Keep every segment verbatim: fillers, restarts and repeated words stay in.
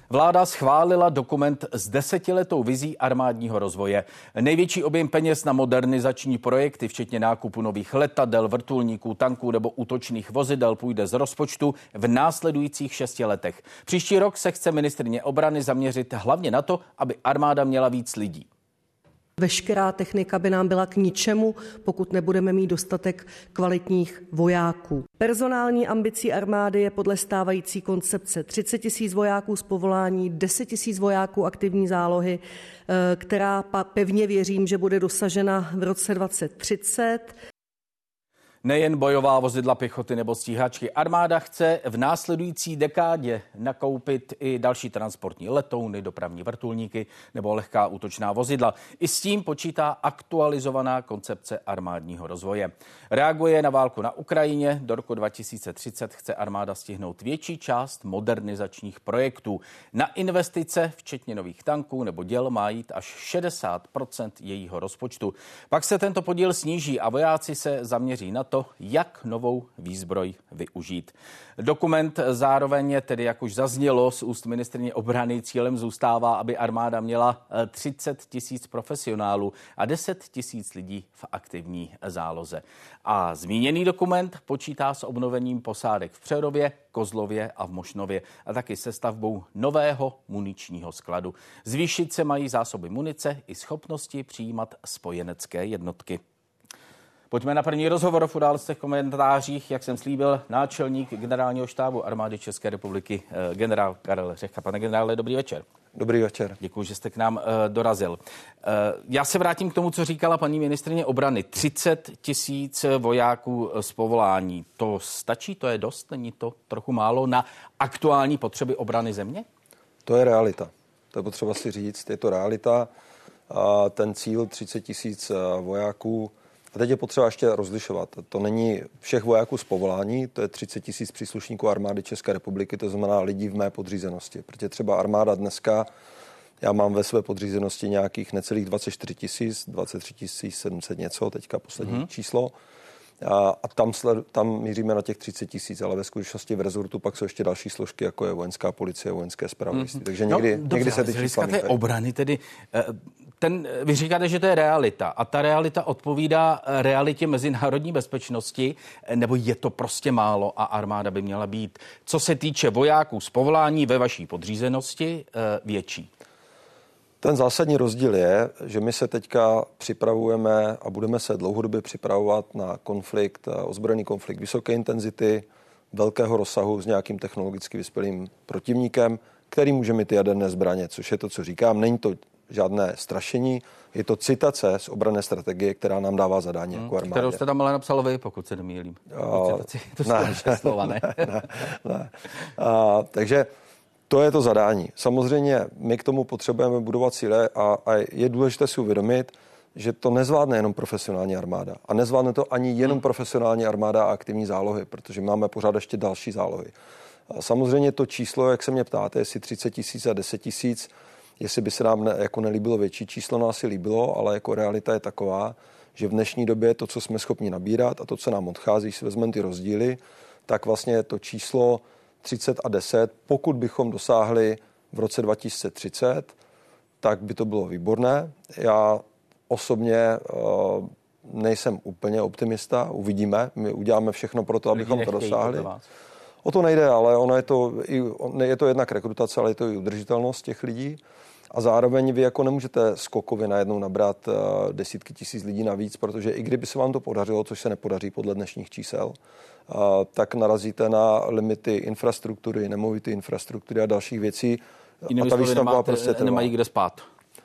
Vláda schválila dokument s desetiletou vizí armádního rozvoje. Největší objem peněz na modernizační projekty, včetně nákupu nových letadel, vrtulníků, tanků nebo útočných vozidel, půjde z rozpočtu v následujících šesti letech. Příští rok se chce ministryně obrany zaměřit hlavně na to, aby armáda měla víc lidí. Veškerá technika by nám byla k ničemu, pokud nebudeme mít dostatek kvalitních vojáků. Personální ambicí armády je podle stávající koncepce třicet tisíc vojáků z povolání, deset tisíc vojáků aktivní zálohy, která pevně věřím, že bude dosažena v roce dvacet třicet. Nejen bojová vozidla pěchoty nebo stíhačky. Armáda chce v následující dekádě nakoupit i další transportní letouny, dopravní vrtulníky nebo lehká útočná vozidla. I s tím počítá aktualizovaná koncepce armádního rozvoje. Reaguje na válku na Ukrajině. Do roku dva tisíce třicet chce armáda stihnout větší část modernizačních projektů. Na investice, včetně nových tanků nebo děl, má jít až šedesát procent jejího rozpočtu. Pak se tento podíl sníží a vojáci se zaměří na to, jak novou výzbroj využít. Dokument zároveň je tedy, jak už zaznělo z úst ministryně obrany, cílem zůstává, aby armáda měla třicet tisíc profesionálů a deset tisíc lidí v aktivní záloze. A zmíněný dokument počítá s obnovením posádek v Přerově, Kozlově a v Mošnově a taky se stavbou nového muničního skladu. Zvýšit se mají zásoby munice i schopnosti přijímat spojenecké jednotky. Pojďme na první rozhovor v událostech komentářích, jak jsem slíbil, náčelník generálního štábu armády České republiky, generál Karel Řehka. Pane generále, dobrý večer. Dobrý večer. Děkuji, že jste k nám uh, dorazil. Uh, já se vrátím k tomu, co říkala paní ministryně obrany. třicet tisíc vojáků z povolání. To stačí, to je dost? Není to trochu málo na aktuální potřeby obrany země? To je realita. To je potřeba si říct. Je to realita. A ten cíl třicet tisíc vojáků. A teď je potřeba ještě rozlišovat. To není všech vojáků z povolání, to je třicet tisíc příslušníků armády České republiky, to znamená lidí v mé podřízenosti. Protože třeba armáda dneska, já mám ve své podřízenosti nějakých necelých dvacet čtyři tisíc, dvacet tři tisíc sedm set něco, teďka poslední hmm. číslo. A, a tam, sled, tam míříme na těch třicet tisíc, ale ve skutečnosti v rezortu pak jsou ještě další složky, jako je vojenská policie, vojenské zpravodajství. Mm-hmm. Takže někdy, no, někdy se ty čísla té obrany tedy, ten, vy říkáte, že to je realita a ta realita odpovídá realitě mezinárodní bezpečnosti, nebo je to prostě málo a armáda by měla být, co se týče vojáků z povolání ve vaší podřízenosti, větší? Ten zásadní rozdíl je, že my se teďka připravujeme a budeme se dlouhodobě připravovat na konflikt, ozbrojený konflikt vysoké intenzity, velkého rozsahu s nějakým technologicky vyspělým protivníkem, který může mít jaderné zbraně, což je to, co říkám. Není to žádné strašení, je to citace z obranné strategie, která nám dává zadání hmm, jako armádě. Kterou jste tam ale napsal vy, pokud se nemýlím. Uh, to ne, ne, slova, ne? ne, ne. Uh, takže to je to zadání. Samozřejmě my k tomu potřebujeme budovat cíle a, a je důležité si uvědomit, že to nezvládne jenom profesionální armáda. A nezvládne to ani jenom hmm. profesionální armáda a aktivní zálohy, protože máme pořád ještě další zálohy. A samozřejmě to číslo, jak se mě ptáte, jestli třicet tisíc a deset tisíc, jestli by se nám ne, jako nelíbilo větší číslo, nás si líbilo, ale jako realita je taková, že v dnešní době to, co jsme schopni nabírat a to, co nám odchází, když si vezmeme ty rozdíly, tak vlastně to číslo třicet a deset, pokud bychom dosáhli v roce dva tisíce třicet, tak by to bylo výborné. Já osobně uh, nejsem úplně optimista, uvidíme, my uděláme všechno pro to, abychom to dosáhli. O to nejde, ale ono je to, je to jednak rekrutace, ale je to i udržitelnost těch lidí. A zároveň vy jako nemůžete skokově najednou nabrat uh, desítky tisíc lidí navíc, protože i kdyby se vám to podařilo, což se nepodaří podle dnešních čísel, uh, tak narazíte na limity infrastruktury, nemovité infrastruktury a dalších věcí. Jinými a ta výstavba prostě trvá. Nemají kde spát.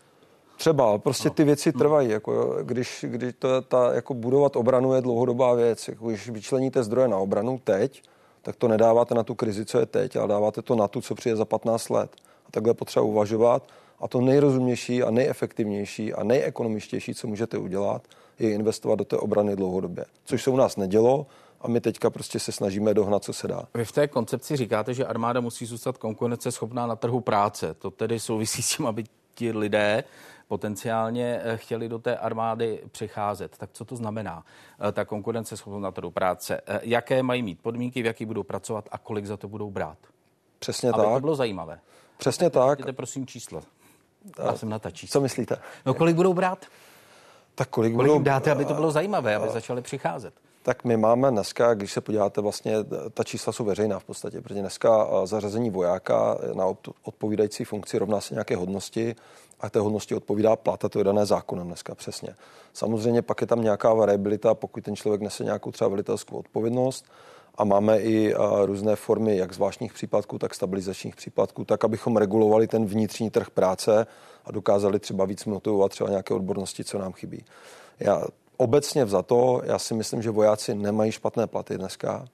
Třeba, prostě ty věci trvají. Jako, když, když to, ta, jako budovat obranu je dlouhodobá věc. Jako, když vyčleníte zdroje na obranu teď, tak to nedáváte na tu krizi, co je teď, ale dáváte to na tu, co přijde za patnáct let. A takhle potřeba uvažovat. A to nejrozumnější a nejefektivnější a nejekonomičtější, co můžete udělat, je investovat do té obrany dlouhodobě. Což se u nás nedělo a my teďka prostě se snažíme dohnat, co se dá. Vy v té koncepci říkáte, že armáda musí zůstat konkurenceschopná na trhu práce. To tedy souvisí s tím, aby ti lidé potenciálně chtěli do té armády přicházet. Tak co to znamená, ta konkurenceschopnost na trhu práce? Jaké mají mít podmínky, v jaký budou pracovat a kolik za to budou brát? Přesně aby tak. to bylo zajímavé. Přesně tak. Dejte prosím číslo. Já jsem na ta číslo. Co myslíte? No kolik budou brát? Tak kolik, kolik budou... dáte, aby to bylo zajímavé, aby začaly přicházet? Tak my máme dneska, když se podíváte, vlastně ta čísla jsou veřejná v podstatě, protože dneska zařazení vojáka na odpovídající funkci rovná se nějaké hodnosti a té hodnosti odpovídá plat a to je dané zákonem dneska přesně. Samozřejmě pak je tam nějaká variabilita, pokud ten člověk nese nějakou třeba velitelskou odpovědnost a máme i různé formy jak zvláštních příplatků, tak stabilizačních příplatků, tak abychom regulovali ten vnitřní trh práce a dokázali třeba víc motivovat třeba nějaké odbornosti, co nám chybí. Já Obecně vzato, já si myslím, že vojáci nemají špatné platy dneska,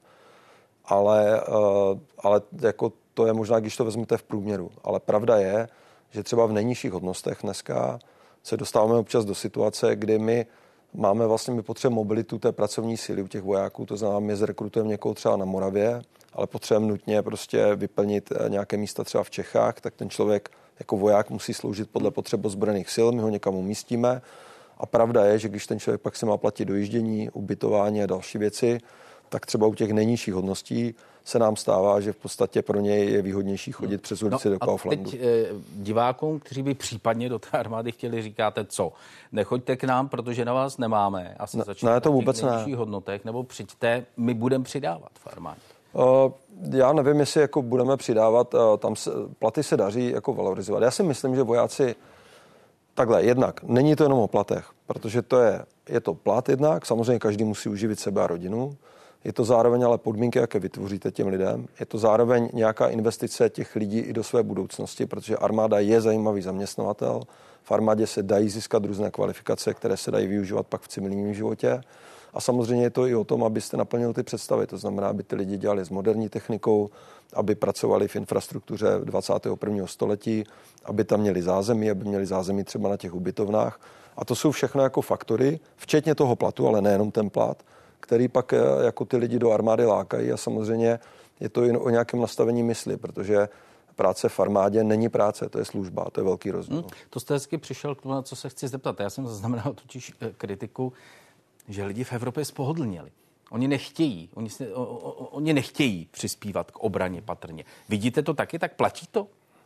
ale, ale jako to je možná, když to vezmete v průměru. Ale pravda je, že třeba v nejnižších hodnostech dneska se dostáváme občas do situace, kdy my máme vlastně, my potřebujeme mobilitu té pracovní síly u těch vojáků, to znamená, my zrekrutujeme někoho třeba na Moravě, ale potřebujeme nutně prostě vyplnit nějaké místa třeba v Čechách, tak ten člověk jako voják musí sloužit podle potřeb ozbrojených sil, my ho někam umístíme. A pravda je, že když ten člověk pak si má platit dojíždění, ubytování a další věci, tak třeba u těch nejnižších hodností se nám stává, že v podstatě pro něj je výhodnější chodit přes ulici no, do Kauflandu. Teď e, divákům, kteří by případně do té armády chtěli, říkáte co? Nechoďte k nám, protože na vás nemáme. Asi ne, začínáte ne, to vůbec v nejnižších hodnotech, nebo přijďte, my budeme přidávat v armádě. Uh, já nevím, jestli jako budeme přidávat, uh, tam se, platy se daří jako valorizovat. Já si myslím, že vojáci takhle, jednak, není to jenom o platech, protože to je, je to plat jednak, samozřejmě každý musí uživit sebe a rodinu, je to zároveň ale podmínky, jaké vytvoříte těm lidem, je to zároveň nějaká investice těch lidí i do své budoucnosti, protože armáda je zajímavý zaměstnavatel, v armádě se dají získat různé kvalifikace, které se dají využívat pak v civilním životě a samozřejmě je to i o tom, abyste naplnili ty představy, to znamená, aby ty lidi dělali s moderní technikou, aby pracovali v infrastruktuře dvacátého prvního století, aby tam měli zázemí, aby měli zázemí třeba na těch ubytovnách. A to jsou všechno jako faktory, včetně toho platu, ale nejenom ten plat, který pak jako ty lidi do armády lákají a samozřejmě je to jen o nějakém nastavení mysli, protože práce v armádě není práce, to je služba, to je velký rozdíl. Hmm, to jste hezky přišel k tomu, na co se chci zeptat. Já jsem zaznamenal totiž kritiku, že lidi v Evropě spohodlněli. Oni nechtějí, oni, se, o, o, oni nechtějí přispívat k obraně patrně. Vidíte to taky, tak platí to?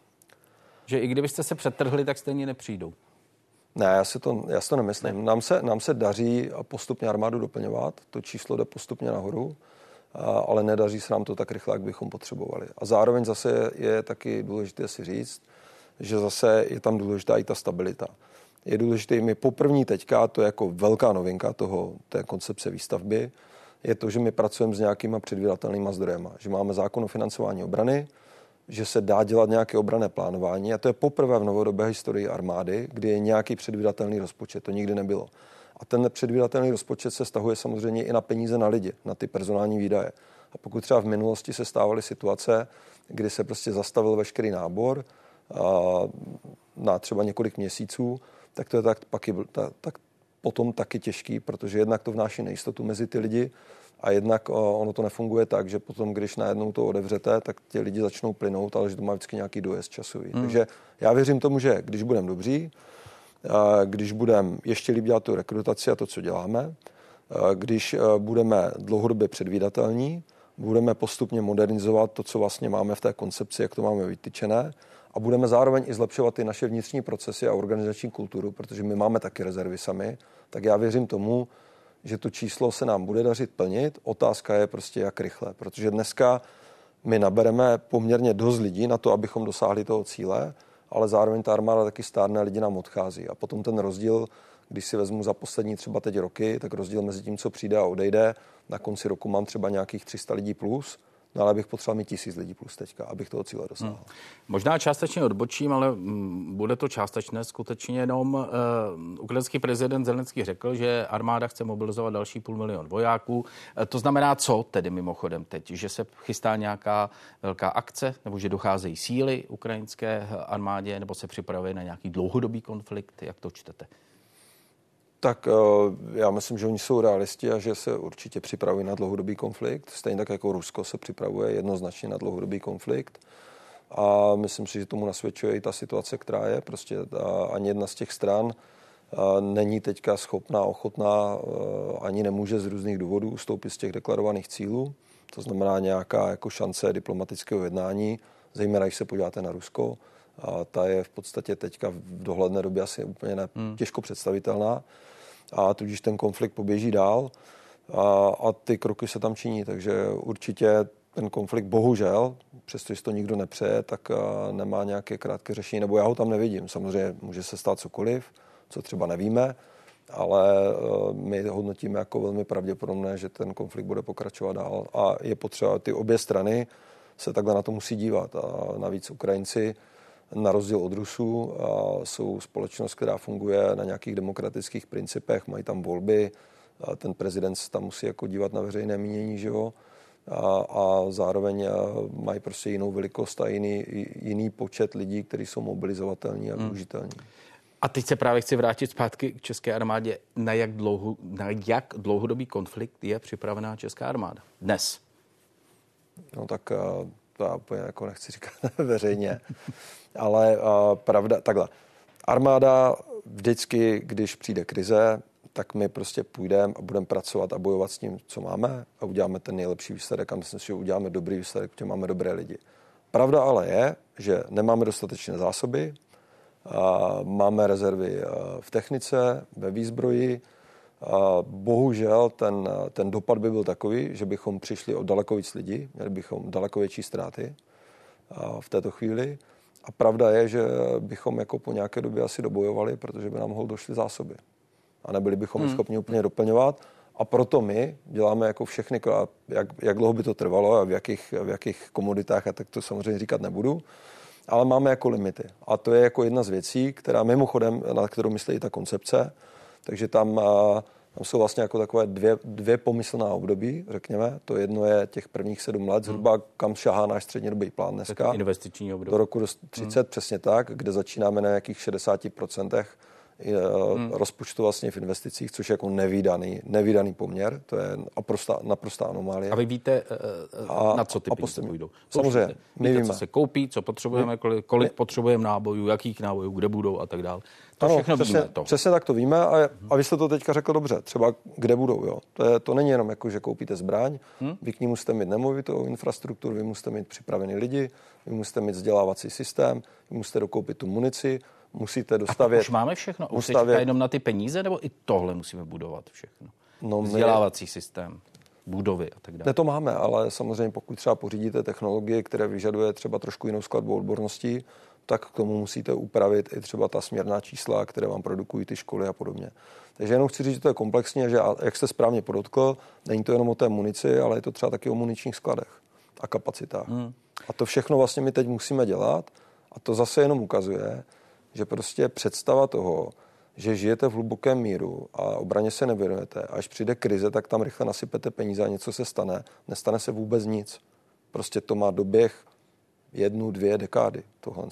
Že i kdybyste se přetrhli, tak stejně nepřijdou. Ne, já si to, já si to nemyslím. Ne. Nám se, nám se daří postupně armádu doplňovat, to číslo jde postupně nahoru, ale nedaří se nám to tak rychle, jak bychom potřebovali. A zároveň zase je taky důležité si říct, že zase je tam důležitá i ta stabilita. Je důležité, my poprvní teďka, to je jako velká novinka toho, té koncepce výstavby, je to, že my pracujeme s nějakýma předvídatelnýma zdrojema, že máme zákon o financování obrany, že se dá dělat nějaké obranné plánování a to je poprvé v novodobé historii armády, kdy je nějaký předvídatelný rozpočet, to nikdy nebylo. A ten předvídatelný rozpočet se stahuje samozřejmě i na peníze na lidi, na ty personální výdaje. A pokud třeba v minulosti se stávaly situace, kdy se prostě zastavil veškerý nábor na třeba několik měsíců, tak to je tak, pak je, tak, tak potom taky těžký, protože jednak to vnáší nejistotu mezi ty lidi a jednak ono to nefunguje tak, že potom, když najednou to otevřete, tak ti lidi začnou plynout, ale že to má vždycky nějaký dojezd časový. Hmm. Takže já věřím tomu, že když budeme dobří, když budeme ještě líp dělat tu rekrutaci a to, co děláme, když budeme dlouhodobě předvídatelní, budeme postupně modernizovat to, co vlastně máme v té koncepci, jak to máme vytyčené, a budeme zároveň i zlepšovat ty naše vnitřní procesy a organizační kulturu, protože my máme taky rezervy sami, tak já věřím tomu, že to číslo se nám bude dařit plnit. Otázka je prostě jak rychle, protože dneska my nabereme poměrně dost lidí na to, abychom dosáhli toho cíle, ale zároveň ta armáda taky stárne, lidi nám odchází. A potom ten rozdíl, když si vezmu za poslední třeba teď roky, tak rozdíl mezi tím, co přijde a odejde, na konci roku mám třeba nějakých tři sta lidí plus, no ale bych potřeboval mít tisíc lidí plus teďka, abych toho cíle dosáhl. Hmm. Možná částečně odbočím, ale bude to částečné skutečně jenom. Uh, ukrajinský prezident Zelenský řekl, že armáda chce mobilizovat další půl milion vojáků. Uh, to znamená co tedy mimochodem teď? Že se chystá nějaká velká akce, nebo že docházejí síly ukrajinské armádě, nebo se připravuje na nějaký dlouhodobý konflikt? Jak to čtete? Tak já myslím, že oni jsou realisti a že se určitě připravují na dlouhodobý konflikt. Stejně tak jako Rusko se připravuje jednoznačně na dlouhodobý konflikt. A myslím si, že tomu nasvědčuje i ta situace, která je. Prostě ani jedna z těch stran není teďka schopná, ochotná, ani nemůže z různých důvodů ustoupit z těch deklarovaných cílů. To znamená nějaká jako šance diplomatického jednání. zejména když se podíváte na Rusko, a ta je v podstatě teďka v dohledné době asi úplně ne, hmm. těžko představitelná a tudíž ten konflikt poběží dál a, a ty kroky se tam činí, takže určitě ten konflikt bohužel, přestože to nikdo nepřeje, tak nemá nějaké krátké řešení, nebo já ho tam nevidím. Samozřejmě může se stát cokoliv, co třeba nevíme, ale my hodnotíme jako velmi pravděpodobné, že ten konflikt bude pokračovat dál a je potřeba, ty obě strany se takhle na to musí dívat a navíc Ukrajinci na rozdíl od Rusů jsou společnost, která funguje na nějakých demokratických principech, mají tam volby, ten prezident tam musí jako dívat na veřejné mínění, že jo? A, a zároveň mají prostě jinou velikost a jiný, jiný počet lidí, kteří jsou mobilizovatelní a využitelní. Hmm. A teď se právě chci vrátit zpátky k české armádě. Na jak, dlouho, na jak dlouhodobý konflikt je připravená česká armáda dnes? No tak to já úplně jako nechci říkat veřejně, ale pravda, takhle. Armáda vždycky, když přijde krize, tak my prostě půjdeme a budeme pracovat a bojovat s tím, co máme a uděláme ten nejlepší výsledek a myslím si, že uděláme dobrý výsledek, protože máme dobré lidi. Pravda ale je, že nemáme dostatečné zásoby, a máme rezervy v technice, ve výzbroji. A bohužel ten, ten dopad by byl takový, že bychom přišli o daleko víc lidí, měli bychom daleko větší ztráty v této chvíli. A pravda je, že bychom jako po nějaké době asi dobojovali, protože by nám mohlo došly zásoby. A nebyli bychom hmm. schopni úplně doplňovat. A proto my děláme jako všechny, jak, jak dlouho by to trvalo a v jakých, v jakých komoditách, a tak to samozřejmě říkat nebudu, ale máme jako limity. A to je jako jedna z věcí, která mimochodem, na kterou myslí ta koncepce, takže tam, tam jsou vlastně jako takové dvě, dvě pomyslná období, řekněme. To jedno je těch prvních sedm let, zhruba kam šahá náš střednědobý plán dneska. Investiční období. Do roku třicet, hmm. přesně tak, kde začínáme na nějakých šedesát procent Hmm. rozpočtu vlastně v investicích, což je jako nevídaný, nevídaný poměr, to je naprostá, naprostá anomálie. A vy víte, a, na co ty peníze půjdou? Samozřejmě, my víte, víme. co se koupí, co potřebujeme, my, kolik, kolik my, potřebujeme nábojů, jakých nábojů, kde budou a tak dále. To ano, všechno přesně, víme. To. Přesně tak to víme a, a vy jste to teďka řekl dobře, třeba kde budou. Jo. To, je, to není jenom jako, že koupíte zbraň, hmm? vy k ní musíte mít nemovitou infrastrukturu, vy musíte mít připravený lidi, vy musíte mít vzdělávací systém, vy musíte dokoupit tu munici, musíte dostavět. A už máme všechno? Už dostavět... se čeká jenom na ty peníze, nebo i tohle musíme budovat všechno? No, vzdělávací my... systém, budovy a tak dále. Ne, to máme, ale samozřejmě pokud třeba pořídíte technologie, které vyžaduje třeba trošku jinou skladbu odborností, tak k tomu musíte upravit i třeba ta směrná čísla, které vám produkují ty školy a podobně. Takže jenom chci říct, že to je komplexně, že jak jste správně podotkl, není to jenom o té munici, ale je to třeba taky o muničních skladech a kapacitách. Hmm. A to všechno vlastně my teď musíme dělat a to zase jenom ukazuje, že prostě představa toho, že žijete v hlubokém míru a obraně se nevěnujete, a až přijde krize, tak tam rychle nasypete peníze a něco se stane, nestane se vůbec nic. Prostě to má doběh jednu, dvě dekády, tohle.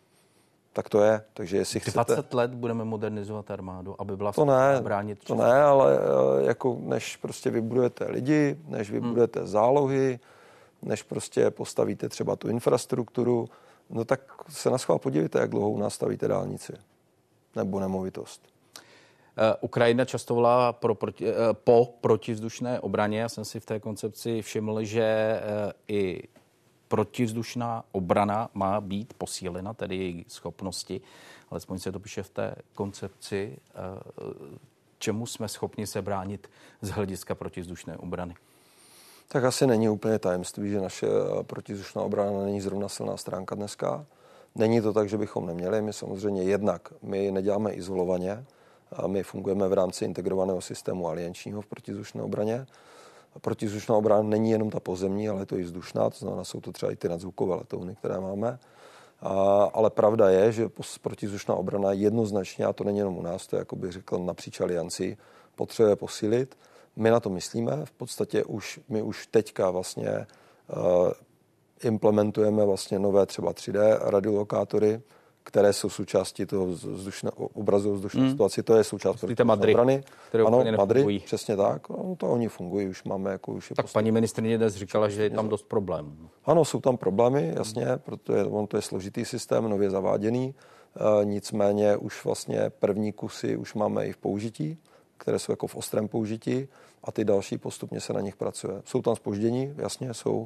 Tak to je. Takže jestli chcete... dvacet let budeme modernizovat armádu, aby byla to ne, bránit. To ne, ale jako než prostě vybudujete lidi, než vybudujete hmm. zálohy, než prostě postavíte třeba tu infrastrukturu, no tak se na schvál podívejte, jak dlouho u nás stavíte dálnici nebo nemovitost. Uh, Ukrajina často volá pro, proti, uh, po protivzdušné obraně. Já jsem si v té koncepci všiml, že uh, i protivzdušná obrana má být posílena, tedy její schopnosti. Alespoň se to píše v té koncepci, uh, čemu jsme schopni se bránit z hlediska protivzdušné obrany. Tak asi není úplně tajemství, že naše protivzdušná obrana není zrovna silná stránka dneska. Není to tak, že bychom neměli. My samozřejmě jednak, my neděláme izolovaně, a my fungujeme v rámci integrovaného systému aliančního v protivzdušné obraně. Protivzdušná obrana není jenom ta pozemní, ale je to i vzdušná, to znamená, jsou to třeba i ty nadzvukové letouny, které máme. A, ale pravda je, že protivzdušná obrana jednoznačně, a to není jenom u nás, to je, jako bych řekl, napříč alianci, potřebuje posílit. My na to myslíme, v podstatě už, my už teďka vlastně uh, implementujeme vlastně nové třeba tři dé radiolokátory, které jsou součástí toho vzdušné, obrazu vzdušné hmm. situaci, to je součást obrany. Ano, Madry, přesně tak, no, to oni fungují, už máme jako už je Tak paní ministryně dnes říkala, že je tam dost problémů. Ano, jsou tam problémy, jasně, protože on to je složitý systém, nově zaváděný, uh, nicméně už vlastně první kusy už máme i v použití, které jsou jako v ostrém použití a ty další postupně se na nich pracuje. Jsou tam zpoždění, jasně jsou,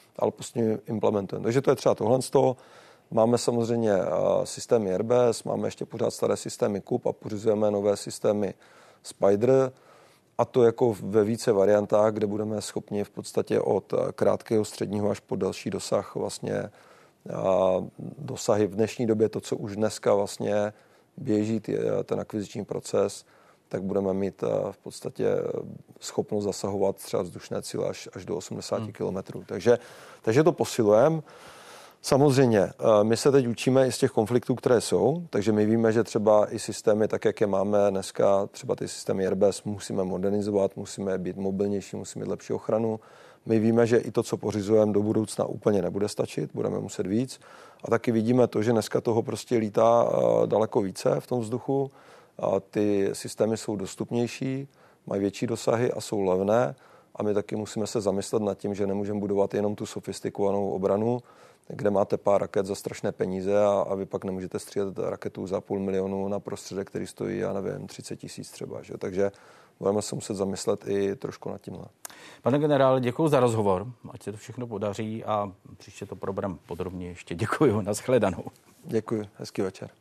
ale prostě implementujeme. Takže to je třeba tohle z toho. Máme samozřejmě systémy Airbus, máme ještě pořád staré systémy Kup a pořizujeme nové systémy Spider, a to jako ve více variantách, kde budeme schopni v podstatě od krátkého, středního až po delší dosah vlastně dosahy v dnešní době, to, co už dneska vlastně běží ten akviziční proces, tak budeme mít v podstatě schopnost zasahovat třeba vzdušné cíle až, až do osmdesát hmm. kilometrů. Takže, takže to posilujeme. Samozřejmě, my se teď učíme i z těch konfliktů, které jsou, takže my víme, že třeba i systémy, tak jak je máme dneska, třeba ty systémy Airbus, musíme modernizovat, musíme být mobilnější, musíme mít lepší ochranu. My víme, že i to, co pořizujeme do budoucna, úplně nebude stačit, budeme muset víc. A taky vidíme to, že dneska toho prostě lítá daleko více v tom vzduchu. A ty systémy jsou dostupnější, mají větší dosahy a jsou levné. A my taky musíme se zamyslet nad tím, že nemůžeme budovat jenom tu sofistikovanou obranu, kde máte pár raket za strašné peníze a, a vy pak nemůžete střílet raketu za půl milionu na prostředek, který stojí, já nevím, třicet tisíc třeba. Že? Takže budeme se muset zamyslet i trošku nad tímhle. Pane generále, děkuji za rozhovor. Ať se to všechno podaří a příště to probereme podrobně ještě. Děkuji, nashledanou. Děkuji, hezký večer.